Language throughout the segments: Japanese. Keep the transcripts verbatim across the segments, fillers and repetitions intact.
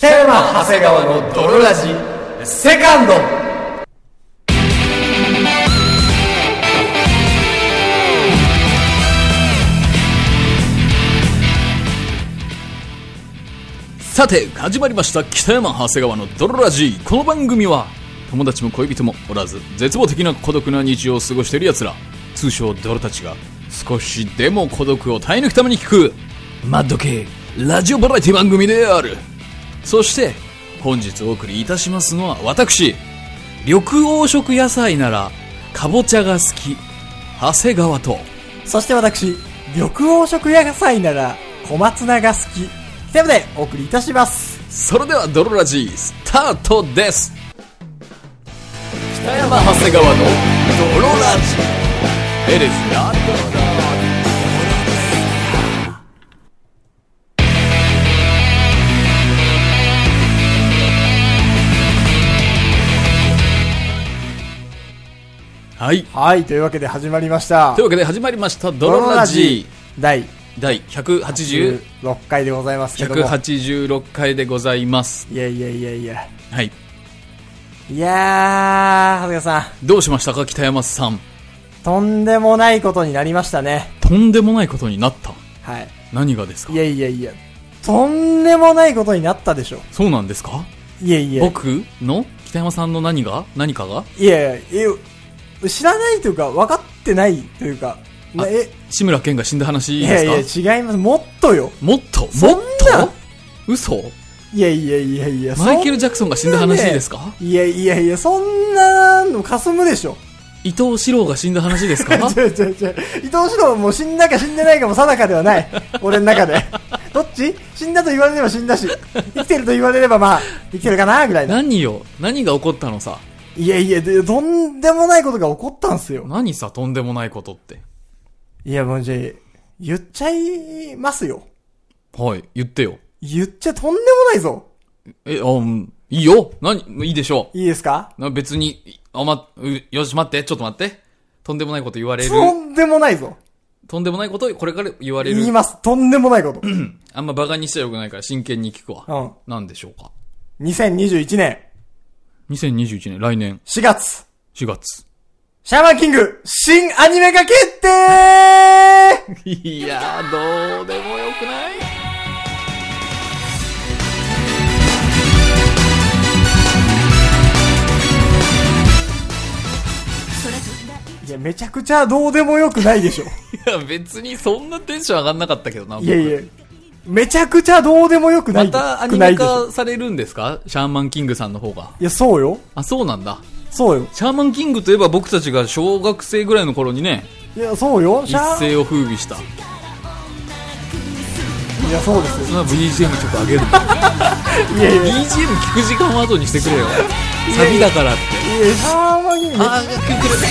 北山長谷川の泥ラジセカンド。 さて始まりました北山長谷川の泥ラジ。この番組は友達も恋人もおらず絶望的な孤独な日常を過ごしている奴ら、通称泥たちが少しでも孤独を耐え抜くために聞くマッド系ラジオバラエティ番組である。そして本日お送りいたしますのは私、緑黄色野菜ならかぼちゃが好き長谷川と、 そして私、緑黄色野菜なら小松菜が好き北山でお送りいたします。 それでは泥ラジスタートです。北山長谷川の泥ラジエレスな泥ラジ。はいはい、というわけで始まりましたというわけで始まりました泥ラジ第第ひゃくはちじゅうろっかいでございますけども、 ひゃくはちじゅうろっかいでございます。 いやいやいやいやはいいやー、長谷川さんどうしましたか北山さん。 とんでもないことになりましたね。 とんでもないことになった。 はい。 何がですか。 いやいやいや、とんでもないことになったでしょ。 そうなんですか。 いやいや、 僕の北山さんの何が何かがいやいや、え知らないというか分かってないというか、 え志村けんが死んだ話ですか。 いやいや違います。もっとよ。 もっともっと嘘。 いやいやいやいや、 マイケル・ジャクソンが死んだ話ですか。 いやいやいや、そんなのかすむでしょ。 伊藤四郎が死んだ話ですか。 ちょちょちょ、伊藤四郎も死んだか死んでないかも定かではない俺の中で。どっち。死んだと言われれば死んだし、生きてると言われればまあ生きてるかなぐらいな。 何よ、何が起こったのさ。 いやいや、でとんでもないことが起こったんすよ。 何さ、とんでもないことって。 いやもうじゃあ言っちゃいますよ。 はい、言ってよ。 言っちゃとんでもないぞ。 え、あ、うん、いいよ。何、いいでしょう。 いいですか。 な別に、あ、ま、よし、待って、ちょっと待って。とんでもないこと言われる。 とんでもないぞ。 とんでもないことこれから言われる。 言います。とんでもないこと。 あんまバカにしちゃよくないから真剣に聞くわ。 うん。 何でしょうか。 にせんにじゅういちねん。にせんにじゅういちねん、来年。 しがつ。 しがつ。 シャーマンキング、新アニメ化決定いやー、どうでもよくない？ いや、めちゃくちゃどうでもよくないでしょ。 いや、別にそんなテンション上がんなかったけどな。 いやいや、めちゃくちゃどうでもよくない。 またアニメ化されるんですか？シャーマンキングさんの方が。 いや、そうよ。 あ、そうなんだ。 そうよ。 シャーマンキングといえば僕たちが小学生ぐらいの頃にね、 いや、そうよ。 一世を風靡した。 いや、そうですよ。 そんな ブイジーエム ちょっと上げる。 いやいやビージーエム 聞く時間を後にしてくれよ。サビだからって。 いや、シャーマンキング。 あー、くくる。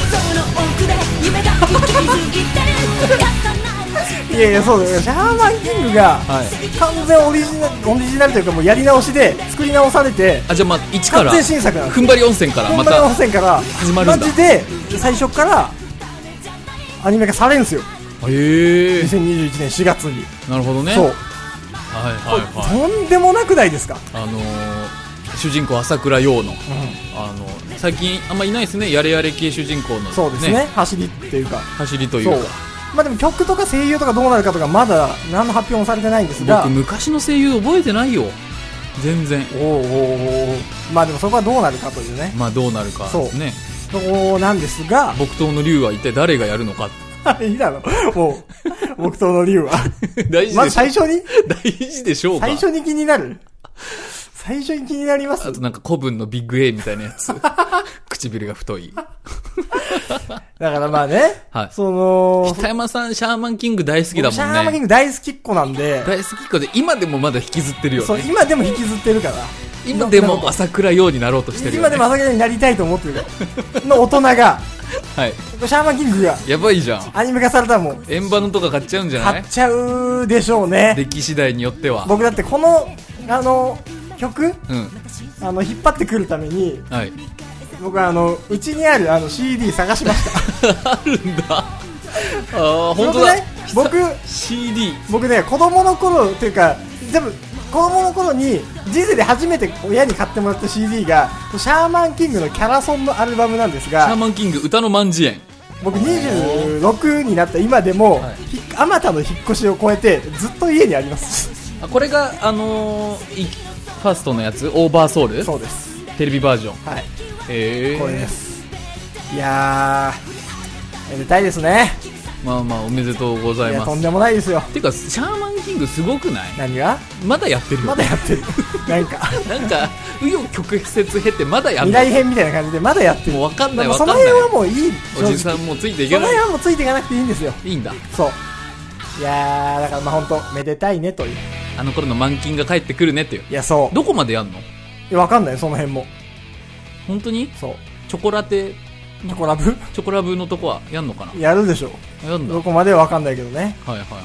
いやいや、そうだよ。シャーマンキングが、 はい、 完全オリジナル、オリジナルというかもうやり直しで作り直されて、 あ、じゃあまあ一から完全新作なんです。 踏ん張り温泉からまた踏ん張り温泉から始まるんだ。 マジで最初からアニメ化されんすよ。 へえ。 にせんにじゅういちねんしがつに。 なるほどね。 そう。 はいはいはい。 とんでもなくないですか。 あのー、主人公朝倉陽の、 うん、 あの最近あんまいないですね。やれやれ系主人公の、ね、 そうですね。走りっていうか。 走りというか。 まあでも曲とか声優とかどうなるかとかまだ何の発表もされてないんですが、 僕昔の声優覚えてないよ。全然。 おーおーおー。まあでもそこはどうなるかというね。 まあどうなるかですね。 そこなんですが、 木刀の竜は一体誰がやるのか。 いいだろ。もう木刀の竜は大事でしょ。 まず最初に大事でしょうか。 最初に気になる。最初に気になります。 あとなんか古文のビッグ A みたいなやつ。唇が太い。 だからまあね、 はい、 その北山さんシャーマンキング大好きだもんね。 シャーマンキング大好きっ子なんで、 大好きっ子で今でもまだ引きずってるよね。 そう、今でも引きずってるから。 今でも朝倉陽になろうとしてるよね。 今でも朝倉陽になりたいと思ってるの大人がはい。 シャーマンキングがやばいじゃん。 アニメ化されたらもう円盤のとか買っちゃうんじゃない？ 買っちゃうでしょうね。 出来次第によっては。 僕だってこのあの曲、 うん、 あの引っ張ってくるために、 はい、 僕はあのうちにあるあの シーディー 探しましたあるんだ。ああ、本当だ。 僕、ね、僕シーディー僕ね子供の頃っていうか全部子供の頃に人生で初めて親に買ってもらった シーディー がシャーマンキングのキャラソンのアルバムなんですが、 シャーマンキング歌の万次元。 僕にじゅうろくになった今でも、はい、あまたの引っ越しを超えてずっと家にあります。 あ、これがあのー、ファーストのやつ、オーバーソウル。 そうです。 テレビバージョン。 はい。 へー、 これです。いやー、めでたいですね。 まあまあおめでとうございます。いや、 とんでもないですよ。 てかシャーマンキングすごくない？ 何が？ まだやってるよ。 まだやってる。なんかなんか紆余曲折経てまだやってる。 未来編みたいな感じでまだやってる。 もうわかんないわかんない。 その辺はもういい。 おじさんもついていけない。 その辺はもうついていかなくていいんですよ。 いいんだ。 そう。いやー、だからまあ本当めでたいねという。 あの頃の満金が帰ってくるねっていう。 いや、そう。 どこまでやんの？いや、わかんないよ、その辺も。 本当に？ そう。 チョコラテ。 チョコラブチョコラブのとこはやんのかな？ やるでしょ。 やんだ。 どこまではわかんないけどね。 はいはいはいはい。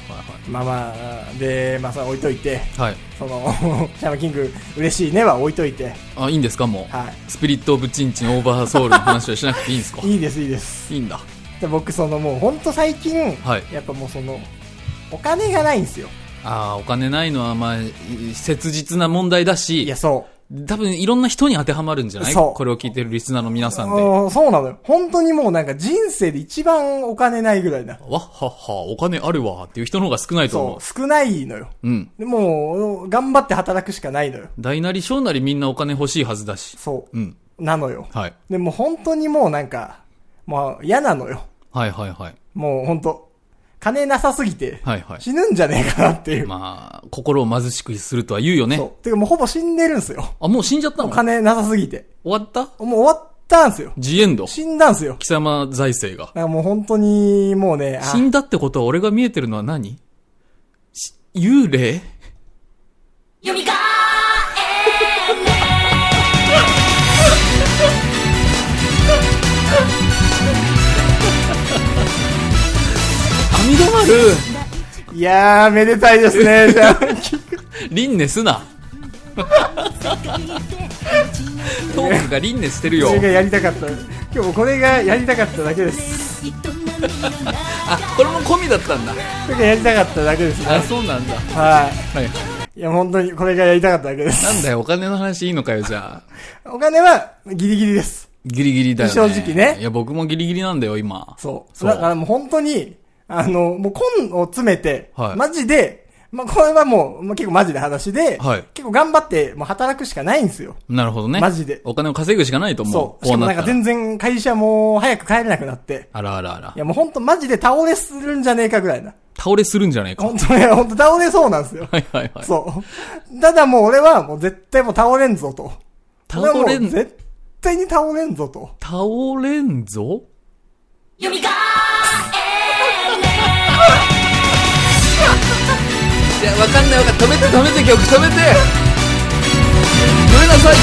まあまあ、で、まあさ、置いといて。 はい。 その、シャーマンキング嬉しいねは置いといて。 あ、いいんですかもう。 はい。 スピリットオブチンチンオーバーソウルの話はしなくていいんですか？ いいですいいです。 いいんだ。 で僕そのもうほんと最近、 はい、 やっぱもうその、お金がないんですよ。 ああ、お金ないのはまあ、切実な問題だし。 いや、そう。 多分いろんな人に当てはまるんじゃない？そう。これを聞いてるリスナーの皆さんで。 そうなのよ。本当にもうなんか人生で一番お金ないぐらいだ。 わっはっは、お金あるわっていう人の方が少ないと思う。 そう、少ないのよ。うん。でもう、頑張って働くしかないのよ。 大なり小なりみんなお金欲しいはずだし。 そう。うん。なのよ。 はい。 でも本当にもうなんか、まあ嫌なのよ。 はいはいはい。 もう本当金なさすぎて、はいはい、死ぬんじゃねえかなっていう。 まあ、心を貧しくするとは言うよね。そう。 てかもうほぼ死んでるんすよ。 あ、もう死んじゃったの？ 金なさすぎて。 終わった？ もう終わったんすよ。 ジエンド。 死んだんすよ。 貴様財政が。 だからもう本当に、もうね。 死んだってことは俺が見えてるのは何？幽霊？よみがえね網戸丸。 いやー、めでたいですね。じゃあ、 輪廻すな。トークが輪廻してるよ。 これがやりたかった。今日これがやりたかっただけです。 あ、これも込みだったんだ。 これがやりたかっただけですね。 あ、そうなんだ。 はい。はい。いや、本当にこれがやりたかっただけです。 なんだよ、お金の話いいのかよ、じゃあ。お金はギリギリです。 ギリギリだよね。 正直ね。 いや、僕もギリギリなんだよ、今。 そう。そうだからもう本当に、あの、もう根を詰めて、はい、マジで、まあ、これはもう、まあ、結構マジで話で、はい、結構頑張って、もう働くしかないんですよ。 なるほどね。 マジで。 お金を稼ぐしかないと思う。 そう。しかもなんか全然会社も早く帰れなくなって。 あらあらあら。 いやもう本当マジで倒れするんじゃねえかぐらいな。 倒れするんじゃねえか。 本当ね、本当倒れそうなんですよ。 はいはいはい。 そう。ただもう俺はもう絶対もう倒れんぞと。 倒れん絶対に倒れんぞと。 倒れんぞよみがいや、わかんないわかんない。止めて止めて曲止めて止めなさい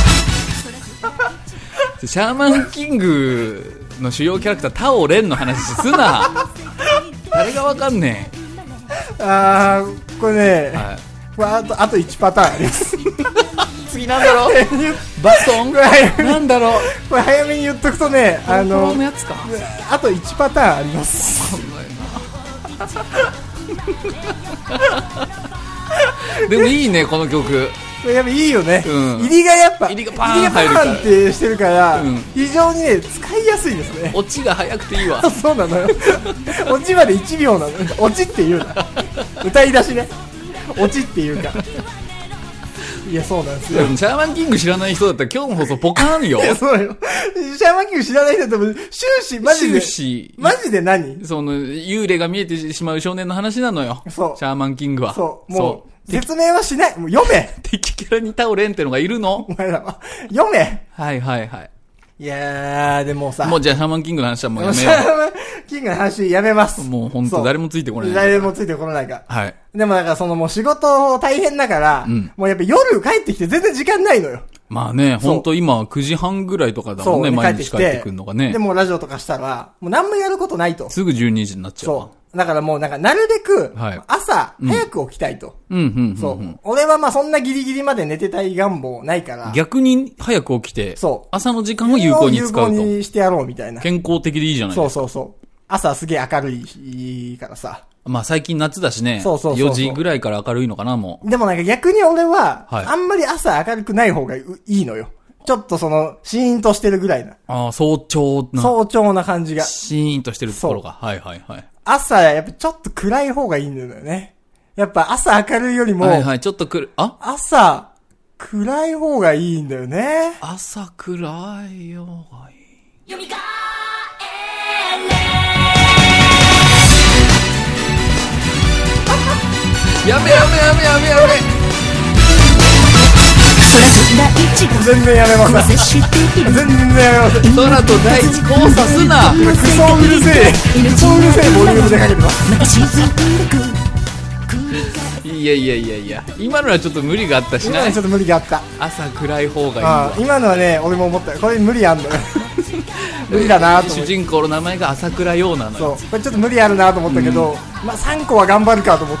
ってシャーマンキングの主要キャラクタータオレンの話すな誰がわかんねえ。あー、これね、はい、これあと、あといちパターンあります次なんだろうバトンなんだろうこれ早めに言っとくとね、 あののやつかあといちパターンありますでもいいねこの曲。 やっぱいいよね、うん、入りがやっぱ入りがパーン入るからってしてるから、うん、非常にね使いやすいですね。 オチが早くていいわそうなのよオチまでいちびょうなのよ。オチっていうな歌い出しねオチっていうかいやそうなんですよ。 シャーマンキング知らない人だったら今日の放送ポカーンよ。 いやそうよ。シャーマンキング知らない人だったら終始マジで終始マジで何その幽霊が見えてしまう少年の話なのよ。そうシャーマンキングは。 そうもう説明はしない。もう読め。 敵キャラにタオレンってのがいるの。 お前らは読め。 はいはいはい。 いやーでもさ。 もうじゃあシャーマンキングの話はもうやめよう。 シャーマンキングの話やめます。 もう本当誰もついてこない。 誰もついてこないか。 はい。 でもだからそのもう仕事大変だから、うん、もうやっぱ夜帰ってきて全然時間ないのよ。 まあね、ほんと今くじはんぐらいとかだもんね、毎日帰ってくるのがね。 でもラジオとかしたら、もう何もやることないと。 すぐじゅうにじになっちゃう。 そう。だからもうなんかなるべく、朝、早く起きたいと。うん、うん、うん。そう。俺はまあそんなギリギリまで寝てたい願望ないから。 逆に早く起きて、そう。朝の時間を有効に使うと。 有効にしてやろうみたいな。 健康的でいいじゃないですか。 そうそうそう。朝すげえ明るいからさ。 まあ最近夏だしね。 そうそうそうそうよじぐらいから明るいのかな、もう。 でもなんか逆に俺は、 はいあんまり朝明るくない方がいいのよ。ちょっとその、シーンとしてるぐらいな。 ああ、早朝な。 早朝な感じが。 シーンとしてるところが。はいはいはい。 朝、やっぱちょっと暗い方がいいんだよね。やっぱ朝明るいよりも、 はいはい、ちょっとくる、あ朝、暗い方がいいんだよね。 朝暗いよがいい。 蘇れやめやめやめやめやめ全然やめません。全然やめません。 空と大地交差すな。 今クソうるせえ。クソうるせえボリュームでかけてます。 いやいやいやいや、今のはちょっと無理があったしな。 今のはちょっと無理があった。 朝暗い方がいいあわ。 今のはね、俺も思った。これ無理あんのよ。無理だなと思主って。 人公の名前が朝倉陽なのよ。 そう。これちょっと無理あるなと思ったけど、まあさんこは頑張るかと思って。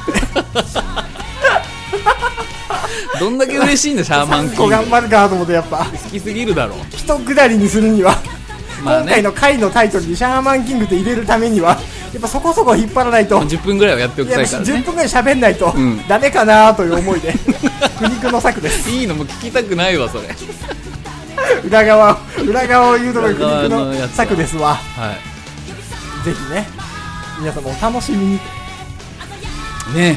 どんだけ嬉しいんだ、シャーマンキさんこング。 頑張るかと思ってやっぱ、 好きすぎるだろ。 一くだりにするには、 まあね今回の回のタイトルにシャーマンキングって入れるためには、やっぱそこそこ引っ張らないと。 じゅっぷんぐらいはやっておきいやじゅったいからね。 ぷんぐらい喋んないと、 んダメかなという思いで苦肉の策です。 いいのも聞きたくないわ、それ。 裏側裏側を言うのが苦裏側肉のやつはの策ですわ。 はぜひね、皆様お楽しみに。 い。ね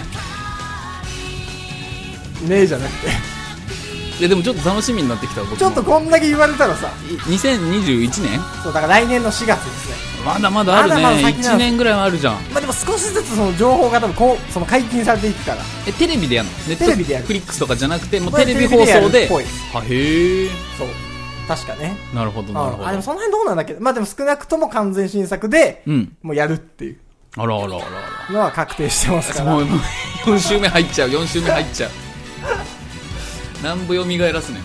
ねえじゃなくて、 え。いやでもちょっと楽しみになってきたわ僕も。 ちょっとこんだけ言われたらさ、 にせんにじゅういちねんそうだから来年のしがつですね。 まだまだあるね。 まだまだ先なんですいちねんぐらいはあるじゃん。 まあでも少しずつその情報が多分こうその解禁されていくから。 え、テレビでやるの？ネットテレビでやるフリックスとかじゃなくて、もうこれテレビ放送で。 テレビでやるっぽいは、へえ。 そう確かね。 なるほどなるほど。 あでもその辺どうなんだっけど、まあでも少なくとも完全新作で、 うん。 もうやるっていうあらあらあらあら。 のは確定してますから。 もうよん週目入っちゃう、よん週目入っちゃう。何部蘇らすねん。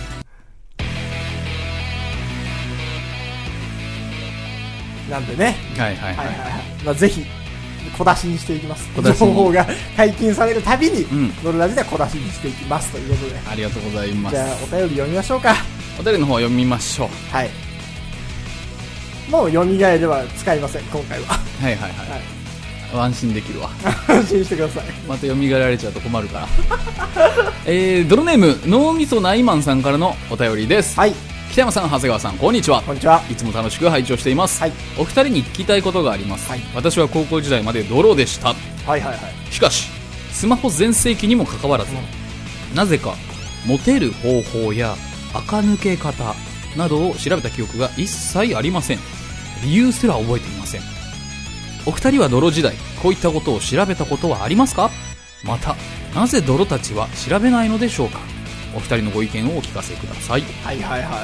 なんでね、 はいはいはいい。 ははいはい。まあぜひ小出しにしていきます。情小出しに報が解禁されるたびに、 んドルラジでは小出しにしていきますということで。 ありがとうございますじ。ゃあお便り読みましょうか。 お便りの方読みましょう。 はい。もう蘇れは使いません今回は。 はいはいはい。安心できるわ。 安心してください。 また蘇られちゃうと困るから。えー、ドロネーム、脳みそナイマンさんからのお便りです。 はい、 北山さん、長谷川さん、こんにちは。 こんにちは。 いつも楽しく拝聴しています。 はいお二人に聞きたいことがあります。 はい私は高校時代まで泥でした。 はいはいはい。 しかし、スマホ全盛期にもかかわらず、なぜか、モテる方法や垢抜け方などを調べた記憶が一切ありません。理由すら覚えていません。お二人は泥時代、こういったことを調べたことはありますか？また、なぜ泥たちは調べないのでしょうか？お二人のご意見をお聞かせください。 はいはいはいはいはい。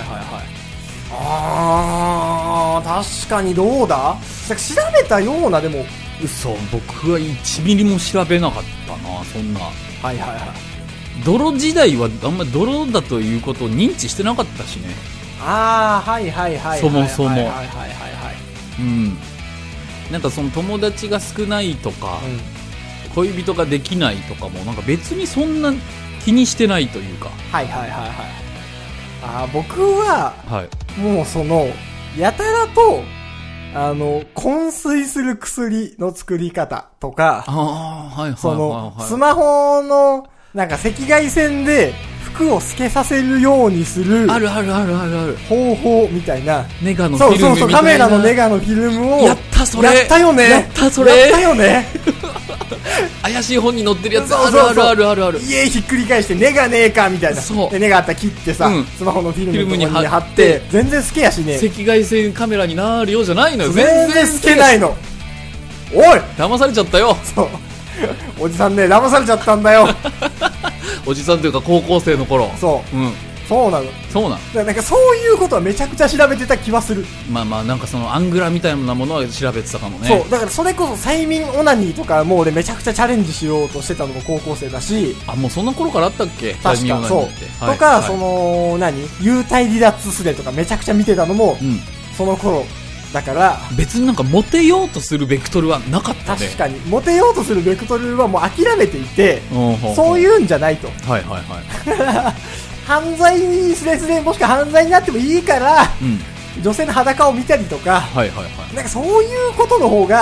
あー、確かにどうだ？なんか調べたような、でも。 嘘、僕はいちミリも調べなかったな、そんな。 はいはいはい。 泥時代はあんまり泥だということを認知してなかったしね。 あー、はいはいはいはい。 そもそもはいはいはいはい。 うん。なんかその友達が少ないとか、 うん。 恋人ができないとかもなんか別にそんな気にしてないというか。 はいはいはいはい。あー、僕は、 はい。 もうその、やたらと、あの、昏睡する薬の作り方とか、 ああ、はいはいそのはい、はい。 スマホの、なんか赤外線で服を透けさせるようにするあるあるあるあるある。 方法みたいな。 ネガのフィルそうそうそう、 ムみたいな。 カメラのネガのフィルムを。 やったそれやったよね。 やったそれやったよね。 怪しい本に載ってるやつそうそうそうあるあるあるあるある。 家ひっくり返してネガねえかみたいな。 そうでネガあったら切ってさ、 うんスマホのフィルムのとこにフィルムに貼っ貼ってて、全然透けやしねえ。 赤外線カメラになるようじゃないのよ。 全然透けないの。おい騙されちゃったよ。 そう。おじさんね、騙されちゃったんだよ。 おじさんというか高校生の頃。 そう。 うん。 そうなの。だそうなん。 からなんかそういうことはめちゃくちゃ調べてた気はする。 まあまあなんかそのアングラみたいなものは調べてたかもね。 そう。だからそれこそ催眠オナニーとかもう俺めちゃくちゃチャレンジしようとしてたのも高校生だし、 あ、もうそんな頃からあったっけ？ 確かタイミングそうなんて。。はいとか、 はいその、何幽体離脱スレとかめちゃくちゃ見てたのも、 うん。 その頃だから、 別になんかモテようとするベクトルはなかったね。 確かに、モテようとするベクトルはもう諦めていて、 にそういうんじゃないと。 はいはいはい。 犯罪にすれすれ、もしくは犯罪になってもいいから、 うん。 女性の裸を見たりとか、 はいはいはい。 なんかそういうことの方が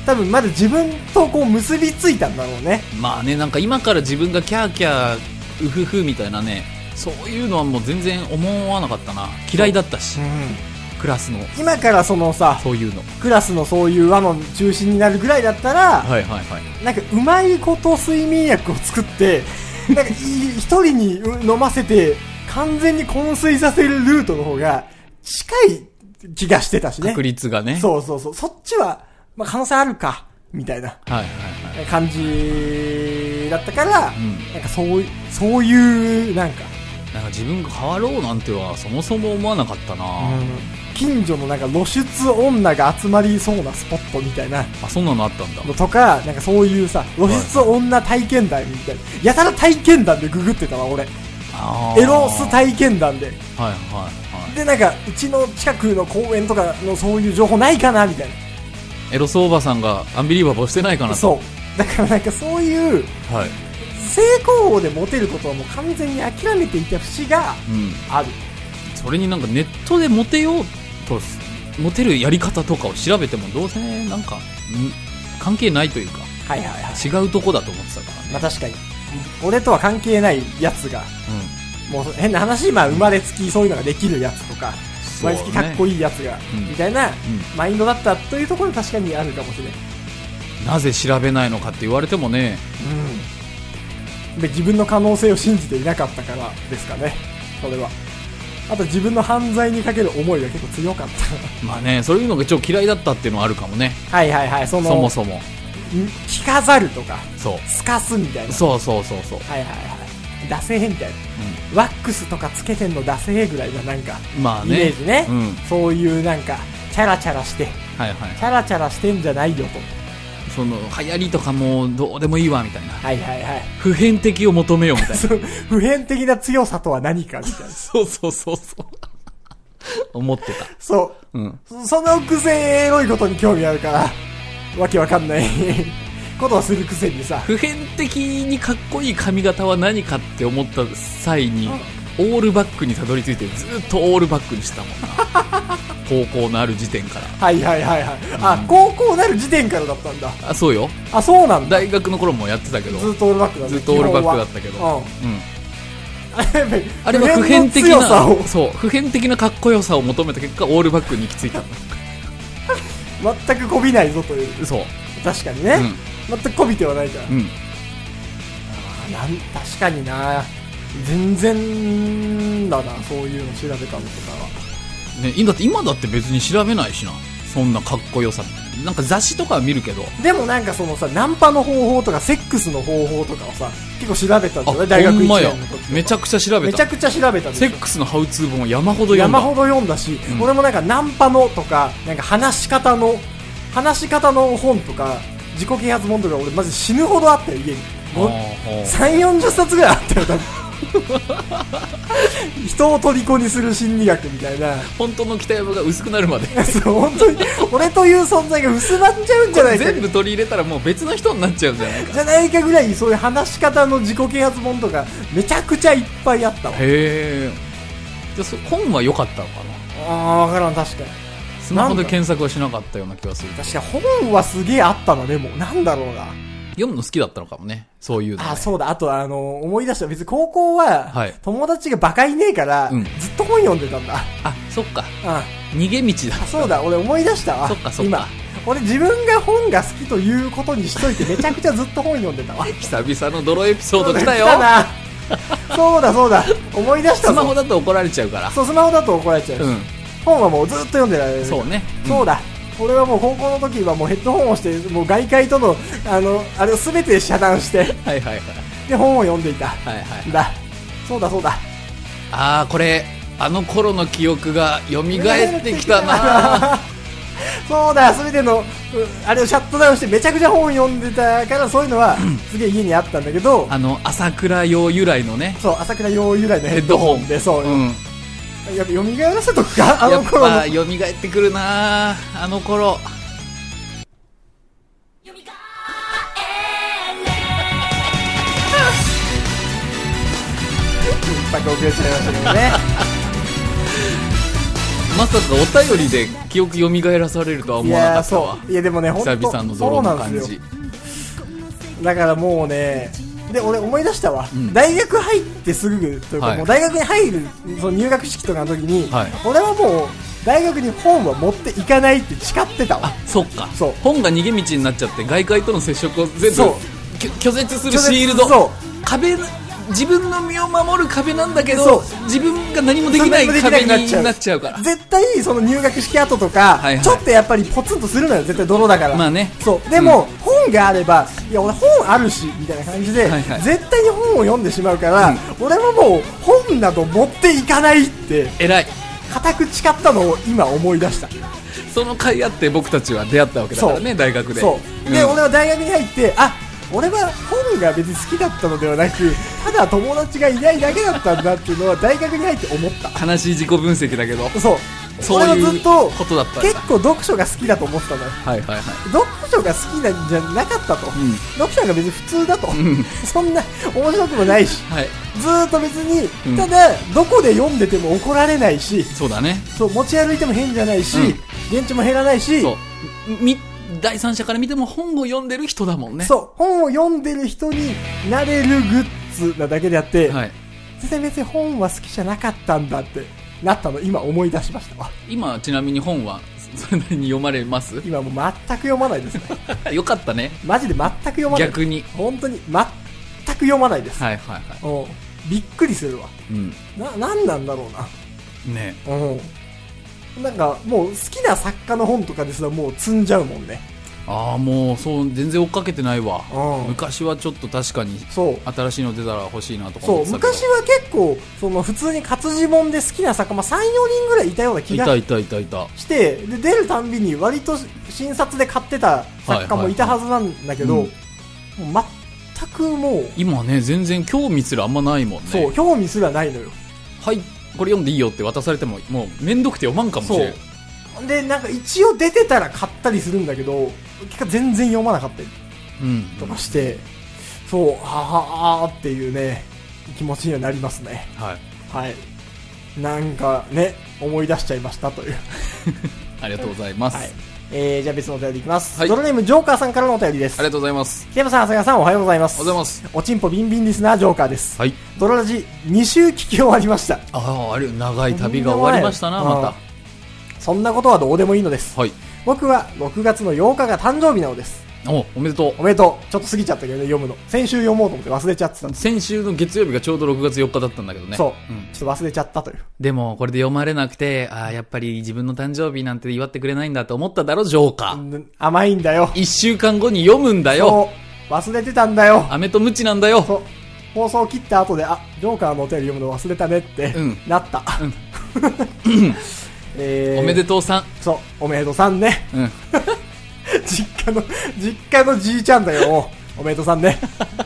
多分まだ自分とこう結びついたんだろうね。 まあね、なんか今から自分がキャーキャーウフフみたいなね、そういうのはもう全然思わなかったな。嫌いだったし、うん、クラスの今からそのさ、 そういうのクラスのそういう輪の中心になるぐらいだったら、 はいはいはい、 なんかうまいこと睡眠薬を作ってなんか一人に飲ませて完全に昏睡させるルートの方が近い気がしてたしね。 確率がね。 そうそうそう。そっちは、まあ、可能性あるか、みたいな感じだったから、うん、なんかそう、そういう、なんか。 なんか自分が変わろうなんてはそもそも思わなかったな、うん、 近所のなんか露出女が集まりそうなスポットみたいな。 あ、そんなのあったんだ。 とか、なんかそういうさ、露出女体験談みたいな。やたら体験談でググってたわ、俺。エロス体験談で、はいはいはい、でなんかうちの近くの公園とかのそういう情報ないかなみたいな。 エロスおばさんがアンビリーバボーしてないかなと。 そうだからなんかそういう、はい、成功法でモテることはもう完全に諦めていた節がある、 うん、それになんかネットでモテようとモテるやり方とかを調べてもどうせなんか関係ないというか、はいはいはい、違うとこだと思ってたからね。 まあ確かに俺とは関係ないやつが、うん、もう変な話、まあ、生まれつきそういうのができるやつとか、生まれつきかっこいいやつが、うん、みたいな、うん、マインドだったというところに確かにあるかもしれない。 なぜ調べないのかって言われてもね、 うん、で自分の可能性を信じていなかったからですかね、それは。あと自分の犯罪にかける思いが結構強かったまあね、そういうのが超嫌いだったっていうのはあるかもね。 はいはいはい、そのそもそも着飾るとか、 そう透かすみたいな。 そうそうそうそう。 はいはいはい。ダセーみたいな、うん。ワックスとかつけてんのダセーぐらいのなんか、まあね、イメージね、うん。そういうなんか、チャラチャラして、はいはい。チャラチャラしてんじゃないよと。 その、流行りとかもうどうでもいいわみたいな。 はいはいはい。 普遍的を求めようみたいな。 普遍的な強さとは何かみたいな。 そうそうそうそう。思ってた。 そう。うん。そのくせエロいことに興味あるから。わけわかんないことをするくせにさ、 普遍的にかっこいい髪型は何かって思った際に、うん、オールバックにたどり着いてずっとオールバックにしたもんな高校のある時点から。 はいはいはいはい、うん、あ、高校のある時点からだったんだ。 あ、そうよ。 あ、そうなんだ。 大学の頃もやってたけど、 ずっとオールバックだった。 ずっとオールバックだったけど、うん、うん、あれは普遍的な、そう普遍的なかっこよさを求めた結果オールバックに行き着いたんだ全くこびないぞという。 そう、 確かにね、うん、全くこびてはないから、うん、あ、なん確かにな、全然だな、そういうの調べたのとかはね。だって今だって別に調べないしな、そんなかっこよさ。なんか雑誌とかは見るけど、 でもなんかそのさ、ナンパの方法とかセックスの方法とかをさ結構調べたんだよね、大学いちねんの時。 めちゃくちゃ調べた。 めちゃくちゃ調べた。 セックスのハウツー本を山ほど読んだ。 山ほど読んだし、うん、俺もなんかナンパのとか、なんか話し方の話し方の本とか自己啓発本とか俺マジ死ぬほどあったよ、家に。さんじゅう、よんじゅっさつぐらいあったよ多分人を虜にする心理学みたいな。 本当の北山が薄くなるまでそう、本当に俺という存在が薄まっちゃうんじゃないか。 全部取り入れたらもう別の人になっちゃうんじゃないかじゃないかぐらい、そういう話し方の自己啓発本とかめちゃくちゃいっぱいあったわ。 へえ。じゃあ本は良かったのかな。 ああ、分からん。確かにスマホで検索はしなかったような気がする。 確か本はすげえあったな。でもなんだろうな、 読むの好きだったのかもね、そういうの、ね。 あ、そうだ。あと、あの、思い出した。別に高校は、はい、友達がバカいねえから、うん、ずっと本読んでたんだ。 あ、そっか。 うん。 逃げ道だった。 そうだ、俺思い出したわ。 そっかそっか。 今。俺自分が本が好きということにしといて、めちゃくちゃずっと本読んでたわ。 久々の泥エピソード来たよ。 来たな。そうだそうだ。思い出した。 スマホだと怒られちゃうから。 そう、スマホだと怒られちゃう。うん。本はもうずっと読んでられる。 そうね。 うん、そうだ。俺はもう高校の時はもうヘッドホンをして、もう外界との、あの、あれを全て遮断して、はいはいはい。で、本を読んでいた。はいはい。だ。そうだそうだ。 あー、これ、あの頃の記憶が蘇ってきたなそうだ、全ての、あれをシャットダウンしてめちゃくちゃ本を読んでたから、そういうのは、すげえ家にあったんだけど、 あの、朝倉陽由来のね。 そう、朝倉陽由来のヘッドホンで、そう。うん。やっぱ蘇らせとくか、あの頃の。 やっぱ蘇ってくるな、あの頃。一泊遅れちゃいましたけどね。 まさかお便りで記憶蘇らされるとは思わなかったわ。 いや、そういやでもね、 久々の泥の感じ。 だからもうね、で俺思い出したわ、うん、大学入ってすぐというか、はい、もう大学に入るその入学式とかの時に、はい、俺はもう大学に本は持っていかないって誓ってたわ。 あ、そっか。 そう、 本が逃げ道になっちゃって外界との接触を全部拒絶するシールド。そう、壁、自分の身を守る壁なんだけど自分が何もできない壁になっちゃうから。 絶対その入学式後とか、はいはい、ちょっとやっぱりポツンとするのよ、絶対泥だから。 まあね。 そうでも、うん、本があれば、いや俺本あるしみたいな感じで、はいはい、絶対に本を読んでしまうから、うん、俺はもう本など持っていかないって偉い固く誓ったのを今思い出した。 その甲斐あって僕たちは出会ったわけだからね、大学で。 そう、で、うん、俺は大学に入って、あ、俺は本が別に好きだったのではなく、ただ友達がいないだけだったんだっていうのは大学に入って思った。 悲しい自己分析だけど、 そう、 そういうことだったんだ。 結構読書が好きだと思ってたのよ。 はいはいはい。 読書が好きなんじゃなかったと、うん、読書が別に普通だと、うん、そんな面白くもないし、はい、ずーっと別に、うん、ただどこで読んでても怒られないし、 そうだね、 そう持ち歩いても変じゃないし、うん、現地も減らないし、 そうみ第三者から見ても本を読んでる人だもんね。 そう、本を読んでる人になれるグッズなだけであって、はい、全然別に本は好きじゃなかったんだってなったの今思い出しましたわ。 今ちなみに本はそれなりに読まれます？ 今もう全く読まないですね。 よかったね。 マジで全く読まない。 逆に本当に全く読まないです。 はいはいはい。 おびっくりするわ。うん。な、なんなんだろうな。 ね。 うん。なんかもう好きな作家の本とかですらもう積んじゃうもんね。 ああ、もうそう全然追っかけてないわ、うん、昔はちょっと確かに新しいの出たら欲しいなとか思ってたけど、 そう昔は結構その普通に活字本で好きな作家、まあ、さん、よにんぐらいいたような気がして、 いたいたいたいたで出るたんびに割と新冊で買ってた作家もいたはずなんだけど、はいはいはい、もう全くもう今ね全然興味すらあんまないもんね。 そう興味すらないのよ。 はい、これ読んでいいよって渡されてももうめんどくて読まんかもしれん。 でなんか一応出てたら買ったりするんだけど結果全然読まなかったりとかして、うんうん、そうははーっていうね気持ちにはなりますね。はい、はい、なんかね思い出しちゃいましたというありがとうございます、はい、 えー、じゃあ別のお便りいきます、はい、ドロネームジョーカーさんからのお便りです。 ありがとうございます。 北山さん、長谷川さん、おはようございます。 おはようございます。 おちんぽビンビンリスナージョーカーです。 はい。 ドロラジに週聞き終わりました。 ああ、あれ長い旅が終わりましたな。またそんなことはどうでもいいのです。 はい。 僕はろくがつのようかが誕生日なのです。 お、おめでとう。 おめでとう。ちょっと過ぎちゃったけどね、読むの。先週読もうと思って忘れちゃってたんです。 先週の月曜日がちょうどろくがつよっかだったんだけどね。 そう。うん、ちょっと忘れちゃったという。 でも、これで読まれなくて、ああ、やっぱり自分の誕生日なんて祝ってくれないんだと思っただろ、ジョーカー。うん、 甘いんだよ。 一週間後に読むんだよ。 そう。忘れてたんだよ。 飴とムチなんだよ。そう。 放送切った後で、あ、ジョーカーのお便り読むの忘れたねって、うん、なった。うんえー、おめでとうさん。 そう、おめでとうさんね。うん、実家の、実家のじいちゃんだよ。おめでとうさんね。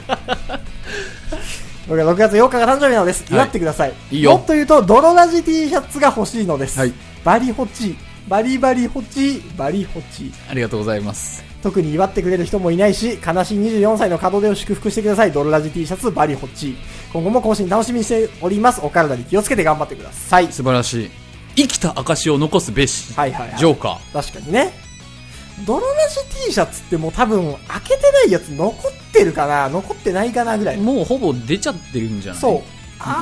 僕はろくがつようかが誕生日なのです。祝ってください。はい、いいよ。もっと言うと、泥ラジ T シャツが欲しいのです。はい、バリホチ、バリバリホチ、バリホチ。 ありがとうございます。 特に祝ってくれる人もいないし、悲しいにじゅうよんさいの門出を祝福してください。泥ラジ T シャツ、バリホチ。今後も更新楽しみにしております。お体に気をつけて頑張ってください。 素晴らしい。生きた証を残すべし、はいはいはい、ジョーカー。 確かにね。泥ラジ T シャツってもう多分開けてないやつ残ってるかな、残ってないかなぐらい。 もうほぼ出ちゃってるんじゃない？ そう。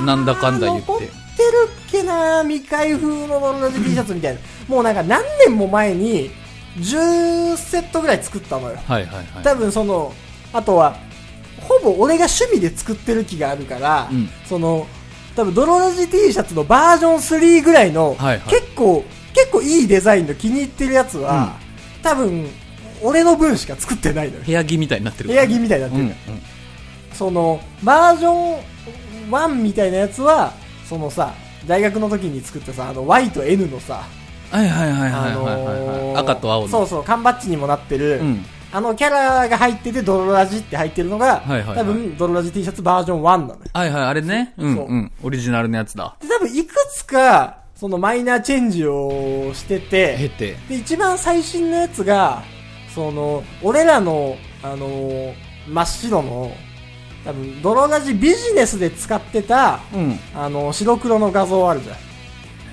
なんだかんだ言って。 残ってるっけな、未開封の泥ラジ T シャツみたいな。もうなんか何年も前にじゅっセットぐらい作ったのよ。はいはいはい。多分その、あとは、ほぼ俺が趣味で作ってる気があるから、うん、その、多分ドロラジ T シャツのバージョンスリーぐらいの、はいはい、結構結構いいデザインの気に入ってるやつは、うん、多分俺の分しか作ってないのよ。 部屋着みたいになってる、 部屋着みたいになってる、うんうん、そのバージョンワンみたいなやつはそのさ大学の時に作ったさあの Y と N のさ、 はいはいはいはいはい、はい、赤と青のそうそう缶バッジにもなってる、うん、あのキャラが入っててドロラジって入ってるのが、はいはいはい、多分ドロラジ T シャツバージョンワンなのよ。 はいはい、あれね。うんうん。オリジナルのやつだ。 で、多分いくつか、そのマイナーチェンジをしてて、 経て。 で、一番最新のやつが、その、俺らの、あのー、真っ白の、多分、ドロラジビジネスで使ってた、うん、あの、白黒の画像あるじゃん。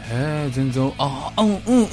へえ、全然、あ、うん、うん、うん、うん、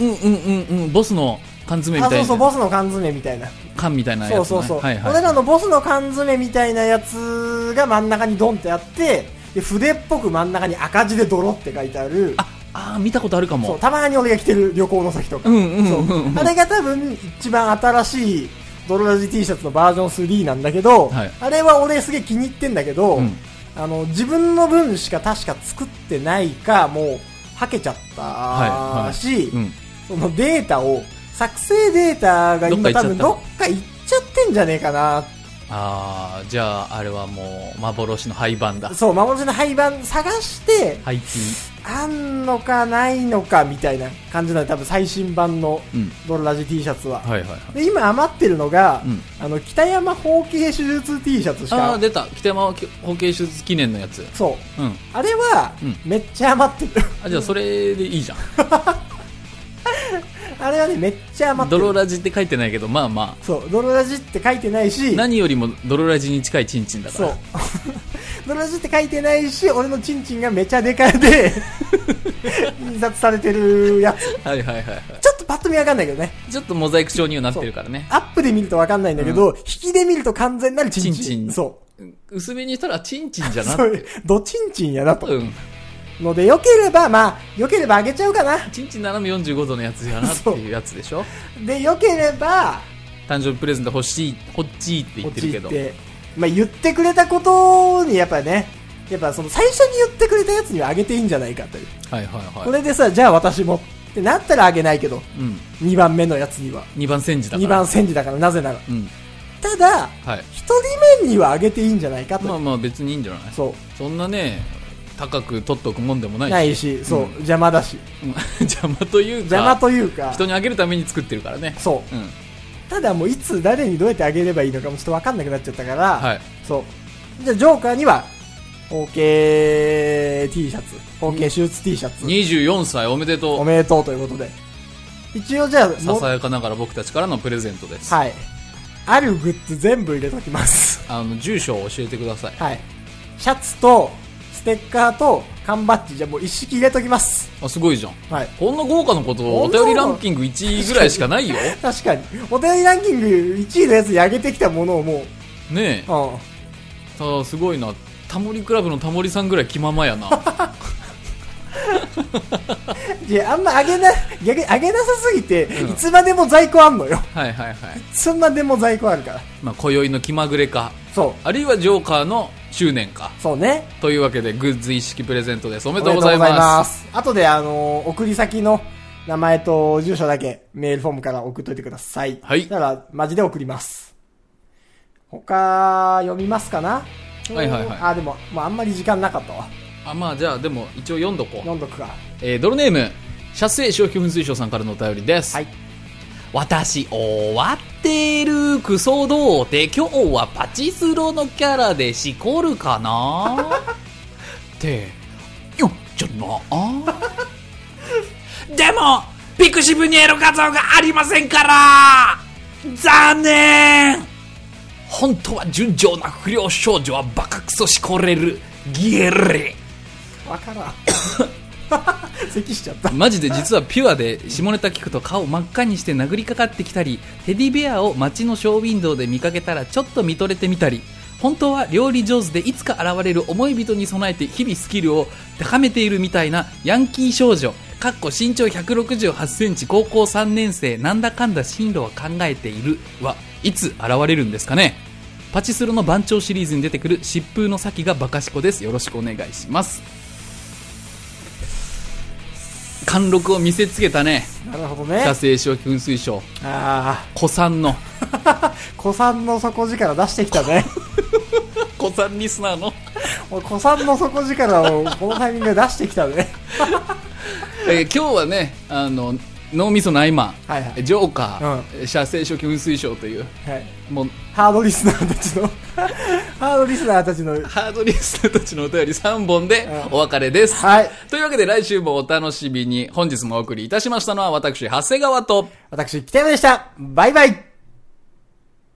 うん、ボスの缶詰みたいな。 あ、そうそう、ボスの缶詰みたいな。 缶みたいなやつ、ね。 そうそうそう。 はいはい。 俺らのボスの缶詰みたいなやつが真ん中にドンってあって、で、筆っぽく真ん中に赤字で泥って書いてある。 あ、あ見たことあるかも。 そう、たまに俺が来てる旅行の先とか。 うんうんうん、うん、 そう。あれが多分一番新しいドロラジ T シャツのバージョンスリーなんだけど、はい、あれは俺すげえ気に入ってんだけど、うん、あの、自分の分しか確か作ってないか、もう、はけちゃったし、はいはい、うん、そのデータを、作成データが今多分どっか行っちゃってんじゃねえかな。 あー、じゃああれはもう幻の廃盤だ。 そう、幻の廃盤探して廃棄あんのかないのかみたいな感じなので、多分最新版のドロラジ T シャツは、うん、はいはいはい、で今余ってるのが、うん、あの北山包茎手術 T シャツしか。 あー、出た、北山包茎手術記念のやつ。 そう、うん、あれは、うん、めっちゃ余ってる。 あ、じゃあそれでいいじゃん。 あれはね、めっちゃ余ってる。 ドロラジって書いてないけど、まあまあ。そう、ドロラジって書いてないし、 何よりもドロラジに近いチンチンだから。 そう。ドロラジって書いてないし、俺のチンチンがめちゃでかで、印刷されてるやつ。 はいはいはい、はい。 ちょっとパッと見わかんないけどね。 ちょっとモザイク調にはなってるからね。 アップで見るとわかんないんだけど、うん、引きで見ると完全なるチンチン。チンチン。そう。 薄めにしたらチンチンじゃなくて。ドチンチンやなと。うん。ので、良ければ、まあ、良ければあげちゃうかな。 チンチン斜めよんじゅうごどのやつやなっていうやつでしょ。 で、良ければ、 誕生日プレゼント欲しい、欲しいって言ってるけど。 まあ、言ってくれたことに、やっぱね、やっぱその最初に言ってくれたやつにはあげていいんじゃないかという。 はいはいはい。 これでさ、じゃあ私もってなったらあげないけど、うん、にばんめのやつには。 にばん煎じだから。 にばん煎じだから、なぜなら。うん、ただ、はい、ひとりめにはあげていいんじゃないかと。 まあまあ別にいいんじゃない。そう。そんなね、高く取っておくもんでもないし。 ないし、そう、うん、邪魔だし。 邪魔というか。 邪魔というか。 人にあげるために作ってるからね。 そう。うん、ただもういつ誰にどうやってあげればいいのかもちょっと分かんなくなっちゃったから、はい、そう。じゃあジョーカーには、包茎 T シャツ、包茎手術 T シャツ。 にじゅうよんさいおめでとう。 おめでとうということで。一応じゃあ、 ささやかながら僕たちからのプレゼントです。 はい。あるグッズ全部入れときます。 あの、住所を教えてください。 はい。シャツと、ステッカーと缶バッジじゃもう一式入れときます。 あ、すごいじゃん。 はい。 こんな豪華なことお便りランキングいちいぐらいしかないよ。 確かに。お便りランキングいちいのやつに上げてきたものをもう。ねえ。うん。ただすごいな。タモリクラブのタモリさんぐらい気ままやな。 いや、あんま上げな、逆に上げなさすぎて、うん、いつまでも在庫あんのよ。 はいはいはい。いつまでも在庫あるから。 まあ、今宵の気まぐれか。そう。あるいはジョーカーの執念か。 そうね。 というわけで、グッズ一式プレゼントです。おめでとうございます。おめでとうございます。 後で、あのー、送り先の名前と住所だけメールフォームから送っといてください。はい。だから、マジで送ります。他、読みますかな？はいはいはい。あ、でも、まあ、あんまり時間なかったわ。 あ、まあじゃあでも一応読んどこう。 読んどくか。 えー、ドルネーム射精消費噴水賞さんからのお便りです。はい。私終わってるクソ童貞、今日はパチスロのキャラでしこるかなってよっちゃなあでもピクシブにエロ画像がありませんから残念。本当は純情な不良少女はバカクソしこれるギエレわからん咳しちゃった。 マジで実はピュアで下ネタ聞くと顔真っ赤にして殴りかかってきたり、テディベアを街のショーウィンドウで見かけたらちょっと見とれてみたり、本当は料理上手でいつか現れる思い人に備えて日々スキルを高めているみたいなヤンキー少女かっこ身長ひゃくろくじゅうはちセンチ高校さんねん生なんだかんだ進路は考えているはいつ現れるんですかね。パチスロの番長シリーズに出てくる疾風の先がバカシコです。よろしくお願いします。貫禄を見せつけたね。 なるほどね。 射精消費噴水賞。ああ。古参の。 古参の底力出してきたね。 古参リスナーの。 古参の底力をこのタイミングで出してきたね。 えー、今日はね、あの、脳みその合間、はいはい、ジョーカー、うん、射精消費噴水賞という、はい、もうハードリスナーたちのハードリスナーたちのハードリスナーたちのお便りさんぼんでお別れです、うん、はい。というわけで来週もお楽しみに。本日もお送りいたしましたのは私長谷川と私北山でした。バイバイ。